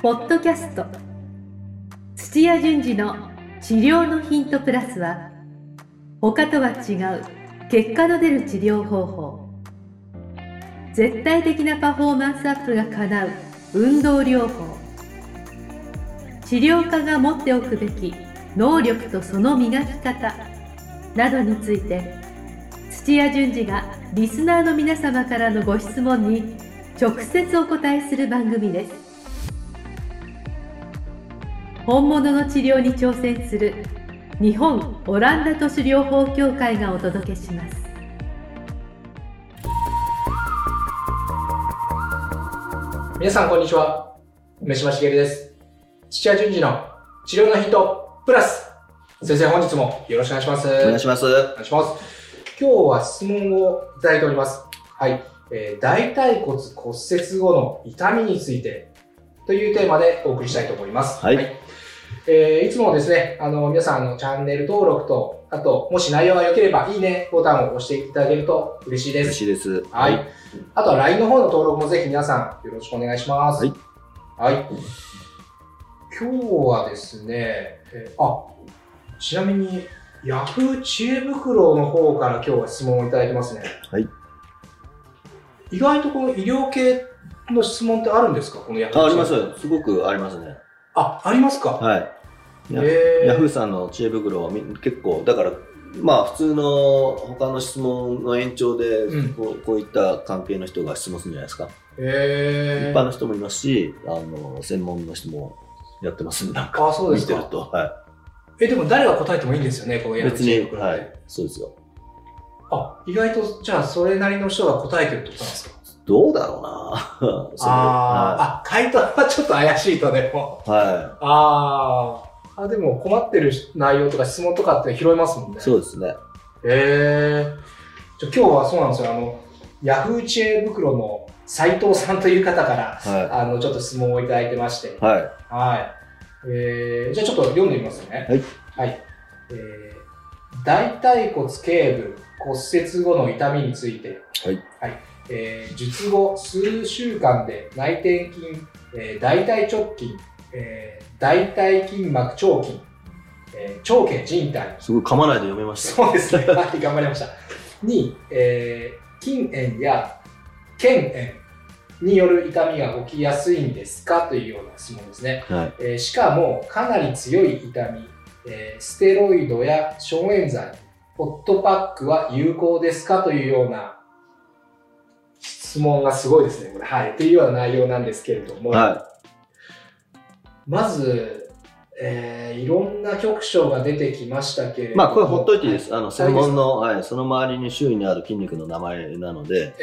ポッドキャスト土屋順次の治療のヒントプラスは、他とは違う結果の出る治療方法、絶対的なパフォーマンスアップが叶う運動療法、治療家が持っておくべき能力とその磨き方などについて、土屋順次がリスナーの皆様からのご質問に直接お答えする番組です。本物の治療に挑戦する日本オランダ都市療法協会がお届けします。 皆さんこんにちは、梅島茂です。土屋順次の治療のヒントプラス、先生本日もよろしくお願いします。 お願いします。 お願いします。今日は質問をいただいております。はい、大腿骨骨折後の痛みについてというテーマでお送りしたいと思います。 はい。 いつもですね、皆さんのチャンネル登録と、あと、もし内容が良ければいいねボタンを押していただけると嬉しいです。 嬉しいです。 はい。あとは LINE の方の登録もぜひ皆さんよろしくお願いします。 はい。 はい。今日はですね、ちなみに Yahoo 知恵袋の方から今日は質問をいただいてますね。 はい。 意外とこの医療系の質問ってあるんですか？この Yahoo あります。すごくありますね。 ありますか？ はい。ヤフーさんの知恵袋は結構、だから、まあ普通の他の質問の延長で、こういった関係の人が質問するんじゃないですか。一般の人もいますし、専門の人もやってますんで、なんかそうですか。 見てると。はい。 でも誰が答えてもいいんですよね、この Yahoo 知恵袋って。 はい。そうですよ。 意外と、じゃあそれなりの人が答えてるってことなんですか？ どうだろうな回答はちょっと怪しいとでも。 はい。 でも困ってる内容とか質問とかって拾えますもんね。 そうですね。 今日はそうなんですよ。ヤフー知恵袋の斉藤さんという方から、ちょっと質問をいただいてまして。 はい。 はい。じゃあちょっと読んでみますね。 はい。 はい。大腿骨頸部骨折後の痛みについて。 はい。 はい。術後数週間で内転筋、大腿直筋、大腿筋膜長筋、長径靭帯。 すごい噛まないで読めました。 そうですね。はい、頑張りました。に、筋炎や腱炎による痛みが起きやすいんですかというような質問ですね。 はい。 しかも、かなり強い痛み、ステロイドや消炎剤、ホットパックは有効ですかというような質問がすごいですね、これ。はい。というような内容なんですけれども。 はい。 まず、いろんな局所が出てきましたけれども。 まあ、これほっといていいです。専門の、その周りに周囲にある筋肉の名前なので、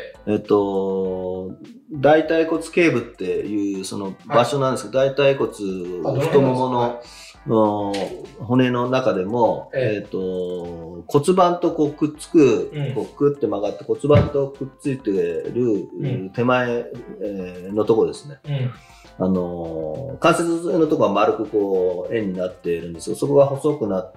大腿骨頸部っていうその場所なんですけど、大腿骨、太ももの骨の中でも、骨盤とこうくっつく、こうくって曲がって骨盤とくっついてる手前のところですね。関節のところは丸くこう円になっているんですが、そこが細くなって、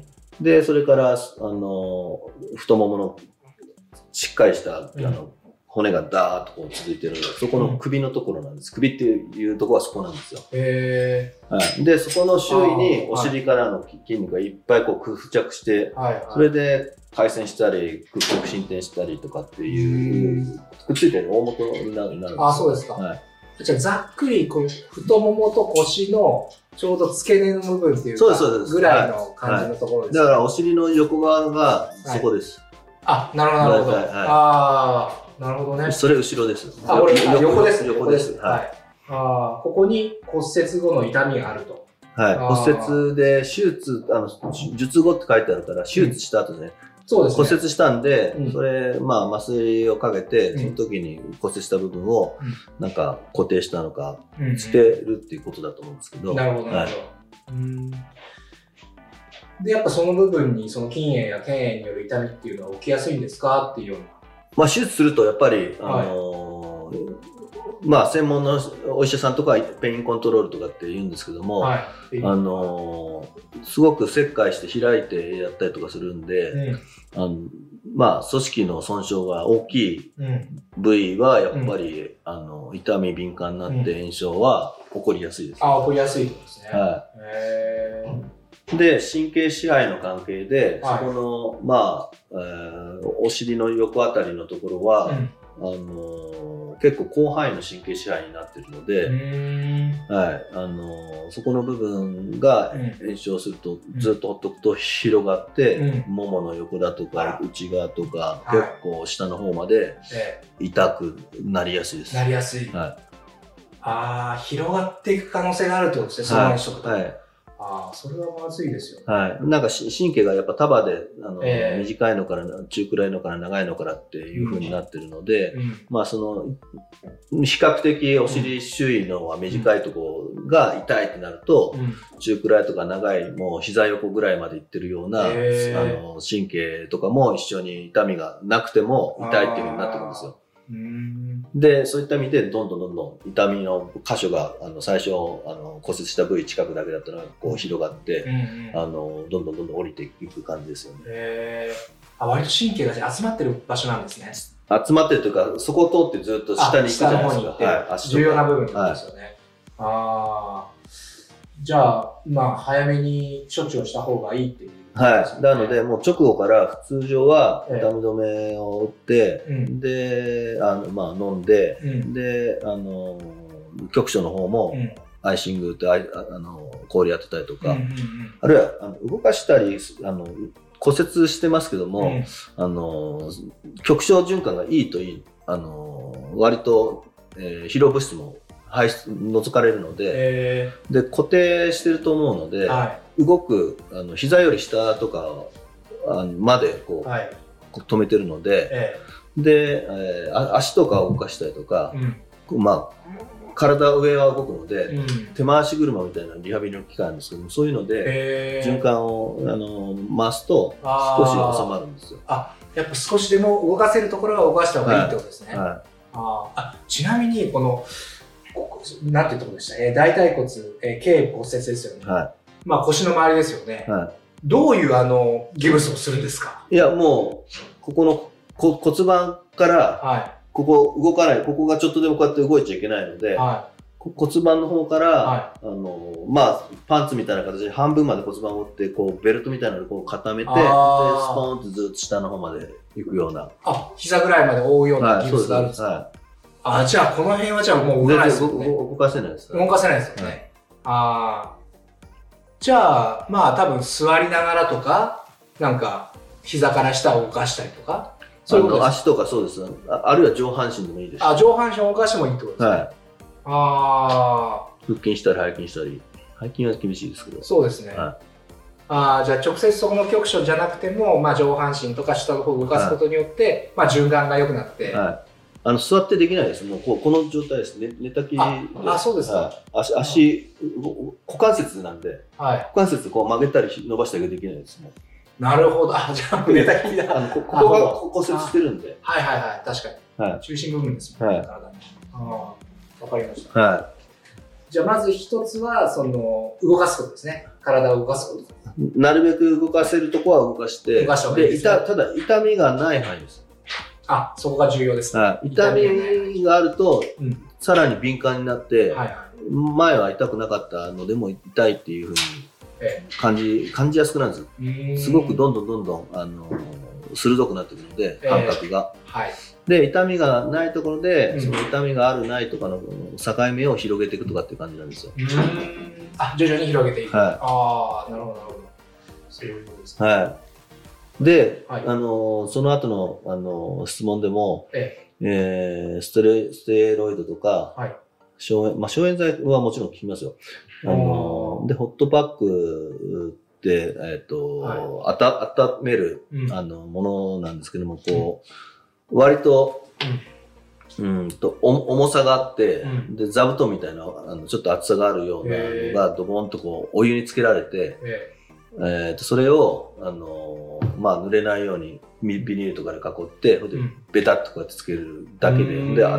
でそれから太もものしっかりした骨がダーッとこう続いてる、そこの首のところなんです。首っていうところはそこなんですよ。でそこの周囲にお尻からの筋肉がいっぱいこう付着して、それで回旋したり屈曲伸展したりとかっていうくっついてる大元になるんですよ。 そうですか。じゃあざっくりこう太ももと腰のちょうど付け根の部分っていうかぐらいの感じのところです。 だからお尻の横側がそこです。 なるほどなるほど。なるほどね。 それ後ろです。 横です。 横です。 ここに骨折後の痛みがあると。 はい。骨折で手術、術後って書いてあるから手術した後ね。 そうですね。 骨折したんで、それ、麻酔をかけて、その時に骨折した部分を、なんか固定したのか、捨てるっていうことだと思うんですけど。 なるほど、なるほど。で、やっぱその部分に、その筋炎や腱炎による痛みっていうのは起きやすいんですかっていうような。 手術すると、やっぱり、専門のお医者さんとかペインコントロールとかって言うんですけども、すごく切開して開いてやったりとかするんで、 まあ、組織の損傷が大きい部位は、やっぱり、痛み敏感になって炎症は起こりやすいです。 起こりやすいってことですね。 はい。で、神経支配の関係で、そこの、まあ、お尻の横あたりのところは、結構広範囲の神経支配になっているので、はい、そこの部分が炎症すると、ずっとほっとくと広がって、ももの横だとか内側とか、結構下の方まで痛くなりやすいです。 なりやすい。はい、広がっていく可能性があるってことですね、そのままにしとくと。それはまずいですよね。 はい。なんか神経がやっぱ束で、短いのから中くらいのから長いのからっていう風になってるので、まあ比較的お尻周囲のは短いところが痛いってなると、中くらいとか長い、もう膝横ぐらいまでいってるような、神経とかも一緒に痛みがなくても痛いっていう風になってくるんですよ。で、そういった意味で、どんどん痛みの箇所が、最初、骨折した部位近くだけだったら、こう広がって、どんどん降りていく感じですよね。 割と神経が集まってる場所なんですね。 集まってるというか、そこを通ってずっと下に行くじゃないですか。 重要な部分ですよね。じゃあ、まあ、早めに処置をした方がいいっていう。 はい。なので、もう直後から通常は痛み止めを打って、で、まあ飲んで、で、局所の方もアイシングって氷やってたりとか、あるいは動かしたり、骨折してますけども、局所循環がいいと割と、疲労物質も除かれるので、で、固定してると思うので、動く膝より下とかまでこう、止めてるので、で、足とか動かしたりとか、まあ体上は動くので、手回し車みたいなリハビリの機械なんですけども、そういうので循環を回すと少し収まるんですよ。 やっぱ少しでも動かせるところは動かした方がいいってことですね。ちなみになんていうところでした、大腿骨、頸骨折ですよね。まあ腰の周りですよね。どういうギブスをするんですか？ いや、もうここの骨盤からここ動かない、ここがちょっとでもこうやって動いちゃいけないので、骨盤の方から、まあパンツみたいな形で半分まで骨盤を折って、こうベルトみたいなのでこう固めて、でスポーンってずっと下の方まで行くような。 膝ぐらいまで覆うようなギブスがあるんですか？じゃあこの辺はじゃあもう動かないですよね。 動かせないです。 動かせないですよね。じゃあ、まあ多分座りながらとか、なんか膝から下を動かしたりとか、そういうことですか？ 足とかそうです。あるいは上半身でもいいです。 上半身を動かしてもいいってことですね。腹筋したり背筋したり。背筋は厳しいですけど。 そうですね。じゃあ直接そこの局所じゃなくても、まあ上半身とか下の方を動かすことによって、まあ循環が良くなって。 座ってできないです。もうこの状態ですね。寝たきりで。 そうですか。 足、股関節なんで、股関節こう曲げたり伸ばしたりができないです。 なるほど。じゃあ寝たきりだ。 ここが骨折してるんで。 確かに。中心部分ですもんね、体に。わかりました。じゃあまず一つは、動かすことですね。体を動かすこと。 なるべく動かせるとこは動かして、ただ痛みがない範囲です。 そこが重要ですね。 痛みがあると、さらに敏感になって、前は痛くなかったのでも痛いっていうふうに感じやすくなるんです。すごくどんどん鋭くなってくるので、感覚が。で、痛みがないところで、その痛みがあるないとかの境目を広げていくとかっていう感じなんですよ。 徐々に広げていく。なるほど、なるほど。そういうことですね。 で、その後の質問でも、ステロイドとか、消炎剤はもちろん効きますよ。で、ホットパックって、温める、ものなんですけども、こう、割と、重さがあって、で、座布団みたいな、ちょっと厚さがあるようなのが、ドボンとこう、お湯につけられて、それを、まあ、濡れないようにビニールとかで囲って、ベタッとこうやってつけるだけで、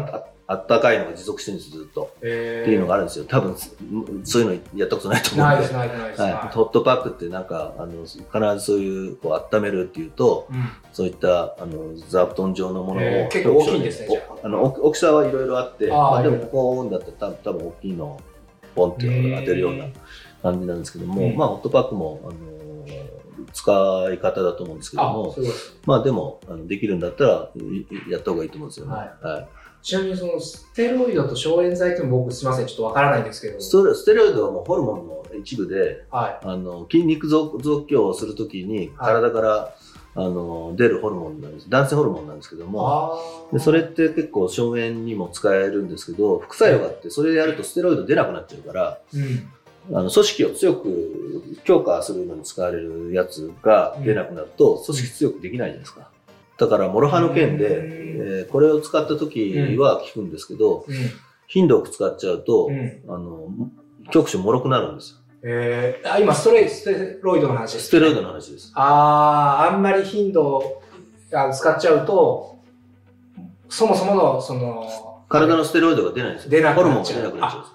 あったかいのが持続してるんです、ずっと。っていうのがあるんですよ。多分、そういうのやったことないと思うんで。 ないです、ないです、ないです。 はい。ホットパックってなんか、必ずそういう、温めるっていうと、そういった、座布団状のものを。 結構大きいんですね、 大きさはいろいろあって、でもここを追うんだったら多分大きいのをポンって当てるような感じなんですけども、ホットパックも、使い方だと思うんですけども、でも、できるんだったら、やった方がいいと思うんですよね。はい。 ちなみにそのステロイドと消炎剤って僕すみませんちょっとわからないんですけど、 ステロイドはもうホルモンの一部で、筋肉増強をするときに体から出るホルモンなんです。男性ホルモンなんですけども、でそれって結構消炎にも使えるんですけど、副作用があってそれでやるとステロイド出なくなっちゃうから、組織を強く強化するのに使われるやつが出なくなると組織強くできないじゃないですか。だから諸刃の剣で、これを使った時は効くんですけど、頻度を使っちゃうと、局所脆くなるんですよ。 今ステロイドの話です。 ステロイドの話です。 あんまり頻度を使っちゃうと、そもそもの体のステロイドが出ないんですよ。ホルモンが出なくなっちゃうんです。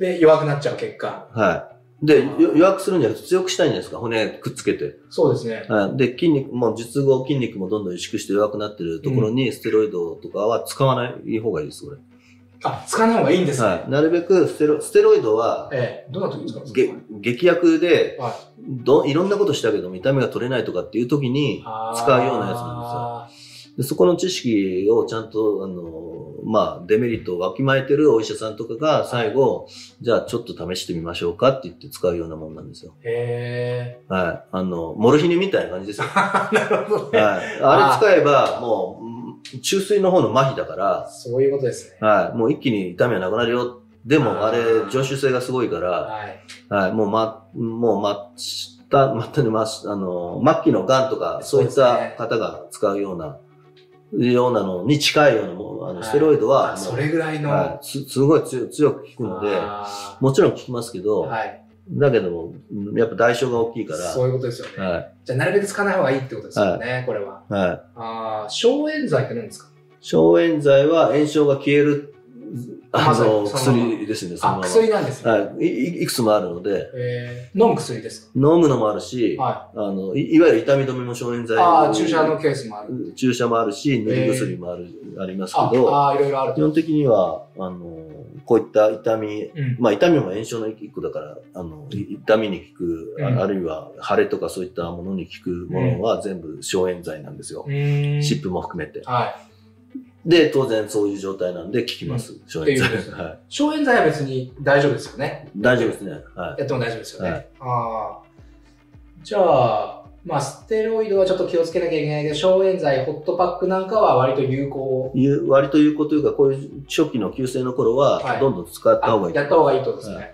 で、弱くなっちゃう結果。 はい。で、弱くするんじゃなくて強くしたいんじゃないですか、骨くっつけて。 そうですね。 で、筋肉も、術後筋肉もどんどん萎縮して弱くなってるところに、ステロイドとかは使わない方がいいです、これ。 使わない方がいいんですね。 はい。なるべくステロイドは、 どんな時に使うんですか？ 劇薬で、いろんなことしたけど、痛みが取れないとかっていう時に使うようなやつなんですよ。でそこの知識をちゃんと、デメリットをわきまえてるお医者さんとかが最後、じゃあちょっと試してみましょうかって言って使うようなもんなんですよ。はい。モルヒネみたいな感じですよ。 なるほどね。 はい。あれ使えば、もう、中水の方の麻痺だから。 そういうことですね。 はい。もう一気に痛みはなくなるよ。でも、あれ、常習性がすごいから、はい。末期の癌とか、そういった方が使うようなのに近いようなステロイドは、 それぐらいの、 すごい強く効くので、もちろん効きますけど、だけども、やっぱ代償が大きいから。 そういうことですよね。じゃあ、なるべく使わない方がいいってことですよね、これは。はい。消炎剤って何ですか？ 消炎剤は炎症が消える、薬ですね。 薬なんですね。 はい。いくつもあるので。 飲む薬ですか？ 飲むのもあるし、いわゆる痛み止めの消炎剤。 注射のケースもある。 注射もあるし、塗り薬もありますけど、 いろいろある。 基本的には、こういった痛み、痛みも炎症の一個だから、痛みに効く、あるいは腫れとかそういったものに効くものは全部消炎剤なんですよ。湿布も含めて。で、当然そういう状態なんで効きます。消炎剤。 消炎剤は別に大丈夫ですよね。 大丈夫ですね。 やっても大丈夫ですよね。じゃあ、ステロイドはちょっと気をつけなきゃいけないけど、消炎剤、ホットパックなんかは割と有効。 割と有効というか、こういう初期の急性の頃は、どんどん使った方がいい。 やった方がいいってことですね。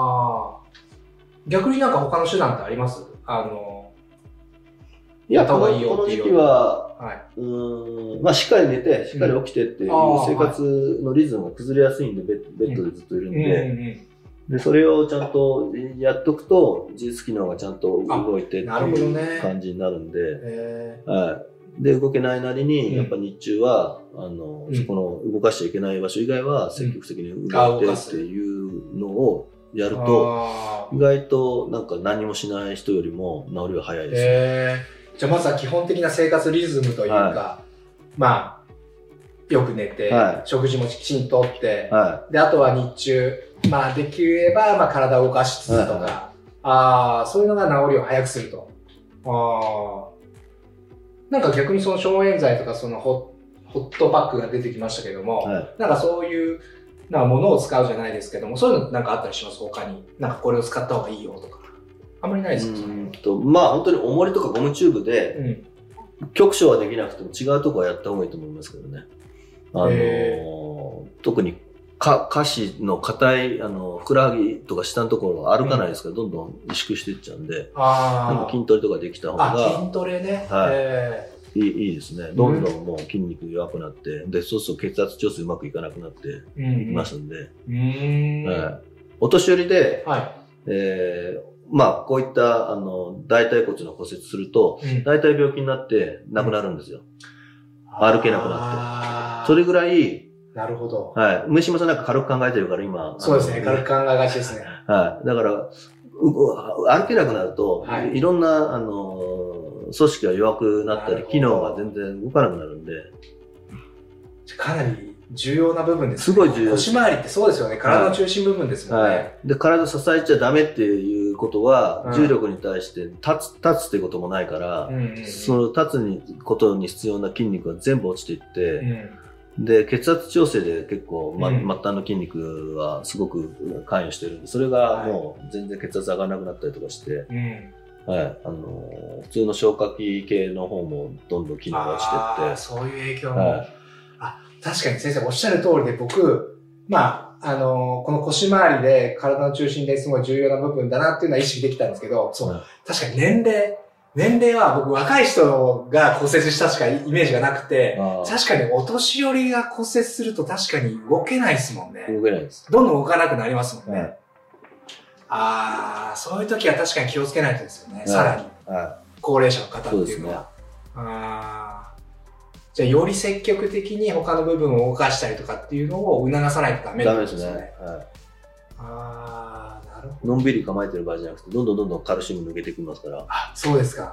逆になんか他の手段ってあります？やった方がいいよっていう。 この時期は、しっかり寝て、しっかり起きてっていう生活のリズムが崩れやすいんで、ベッドでずっといるんで、で、それをちゃんとやっとくと、自律機能がちゃんと動いてっていう感じになるんで、で、動けないなりに、やっぱ日中は、そこの動かしちゃいけない場所以外は積極的に動いてっていうのをやると、意外となんか何もしない人よりも治りは早いですね。 じゃあまずは基本的な生活リズムというか、よく寝て、食事もきちんとって、で、あとは日中、できれば、体を動かしつつとか、そういうのが治りを早くすると。なんか逆にその消炎剤とかそのホットパックが出てきましたけども、なんかそういうものを使うじゃないですけども、そういうのなんかあったりします？他に。なんかこれを使った方がいいよとか。あんまりないですか？ 本当に重りとかゴムチューブで、局所はできなくても違うとこはやった方がいいと思いますけどね。特に下肢の硬い、ふくらはぎとか下のところは歩かないですから、どんどん萎縮していっちゃうんで、筋トレとかできた方が。 筋トレね。 いいですね。どんどんもう筋肉弱くなって、で、そうすると血圧調整うまくいかなくなっていきますんで。お年寄りで、こういった大腿骨の骨折すると、大体病気になって亡くなるんですよ。歩けなくなって。それぐらいなるほど。 はい。上島さんなんか軽く考えてるから今。 そうですね。軽く考えがちですね。 はい。だから、歩けなくなると、はい、いろんな、組織が弱くなったり、機能が全然動かなくなるんで。 かなり重要な部分ですね。 すごい重要です。 腰回りってそうですよね。体の中心部分ですもんね。はい。 で、体支えちゃダメっていうことは、重力に対して立つっていうこともないから、その立つことに必要な筋肉が全部落ちていって、で、血圧調整で結構、末端の筋肉はすごく関与してるんで、それがもう全然血圧上がらなくなったりとかして、はい、普通の消化器系の方もどんどん機能が落ちていって。 そういう影響も。確かに先生おっしゃる通りで、僕、この腰回りで体の中心ですごい重要な部分だなっていうのは意識できたんですけど、そう、確かに年齢は僕若い人が骨折したしかイメージがなくて、確かにお年寄りが骨折すると確かに動けないですもんね。 動けないです。 どんどん動かなくなりますもんね。そういう時は確かに気をつけないとですよね。さらに。高齢者の方っていうのは。じゃあより積極的に他の部分を動かしたりとかっていうのを促さないとダメなんですね。ダメですね。なるほど。 のんびり構えてる場合じゃなくて、どんどんカルシウム抜けてきますから。 そうですか。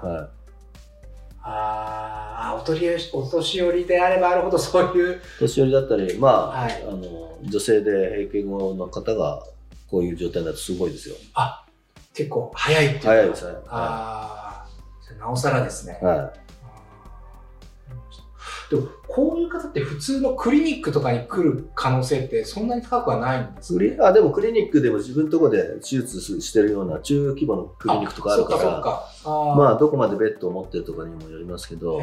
お年寄りであればあるほどそういう。 年寄りだったり、女性で閉経後の方がこういう状態だとすごいですよ。 結構早いっていうか。 早いですね。 なおさらですね。でも、こういう方って普通のクリニックとかに来る可能性ってそんなに高くはないんですかね？ でもクリニックでも自分のところで手術してるような中規模のクリニックとかあるから、どこまでベッドを持ってるとかにもよりますけど、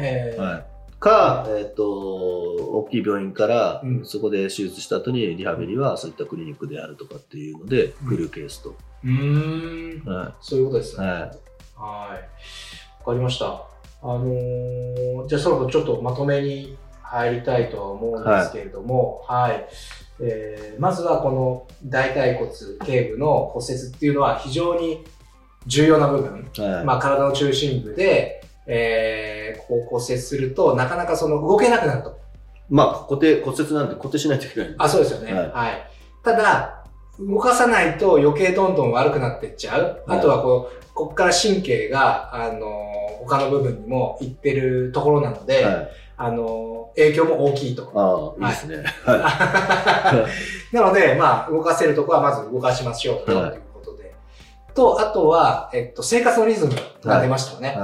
大きい病院からそこで手術した後にリハビリはそういったクリニックであるとかっていうので来るケースと。 そういうことですね。わかりました。じゃあそろそろちょっとまとめに入りたいとは思うんですけれども、まずはこの大腿骨頸部の骨折っていうのは非常に重要な部分、体の中心部で、こう骨折するとなかなかその動けなくなると。 骨折なんで固定しないといけない。 そうですよね。ただ、動かさないと余計どんどん悪くなっていっちゃう。あとはここから神経が、他の部分にもいってるところなので、影響も大きいと。 いいですね。 なので、動かせるところはまず動かしましょうということで。あとは、生活のリズムが出ましたよね。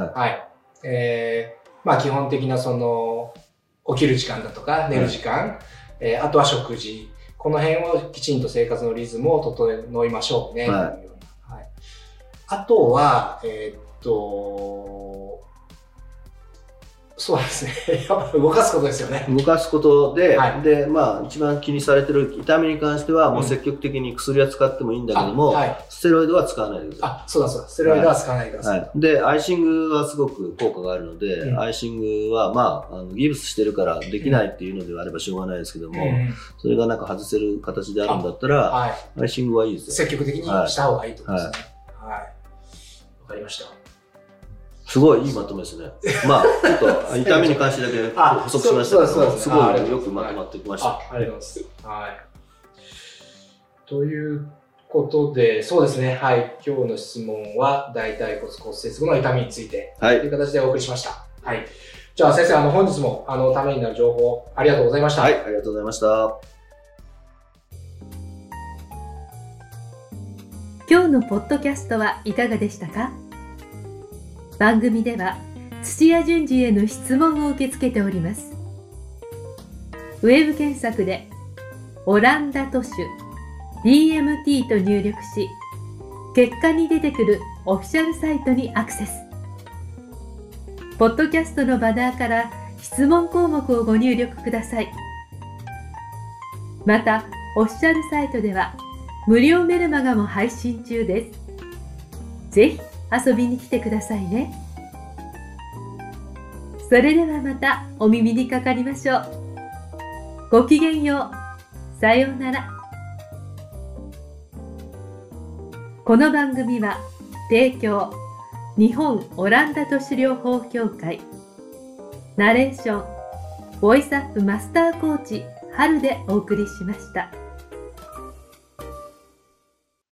基本的なその、起きる時間だとか、寝る時間、あとは食事。この辺をきちんと生活のリズムを整えましょうね。あとは、そうですね。やっぱ動かすことですよね。 動かすことで、で、一番気にされてる痛みに関しては、もう積極的に薬は使ってもいいんだけども、ステロイドは使わないでください。 そうだ。ステロイドは使わないでください。 で、アイシングはすごく効果があるので、アイシングは、ギブスしてるからできないっていうのであればしょうがないですけども、それがなんか外せる形であるんだったら、アイシングはいいですよ。 積極的にした方がいいってことですね。わかりました。 すごいいいまとめですね。ちょっと痛みに関してだけ補足しましたけど、すごいよくまとまってきました。 ありがとうございます。ということで、そうですね。今日の質問は大腿骨骨折後の痛みについてという形でお送りしました。じゃあ先生、本日もためになる情報ありがとうございました。 ありがとうございました。 今日のポッドキャストはいかがでしたか？番組では土屋順次への質問を受け付けております。ウェブ検索でオランダ都市 DMT と入力し、結果に出てくるオフィシャルサイトにアクセス。ポッドキャストのバナーから質問項目をご入力ください。また、オフィシャルサイトでは無料メルマガも配信中です。ぜひ遊びに来てくださいね。それではまたお耳にかかりましょう。ごきげんよう。さようなら。この番組は提供日本オランダ都市療法協会、ナレーションボイスアップマスターコーチ春でお送りしました。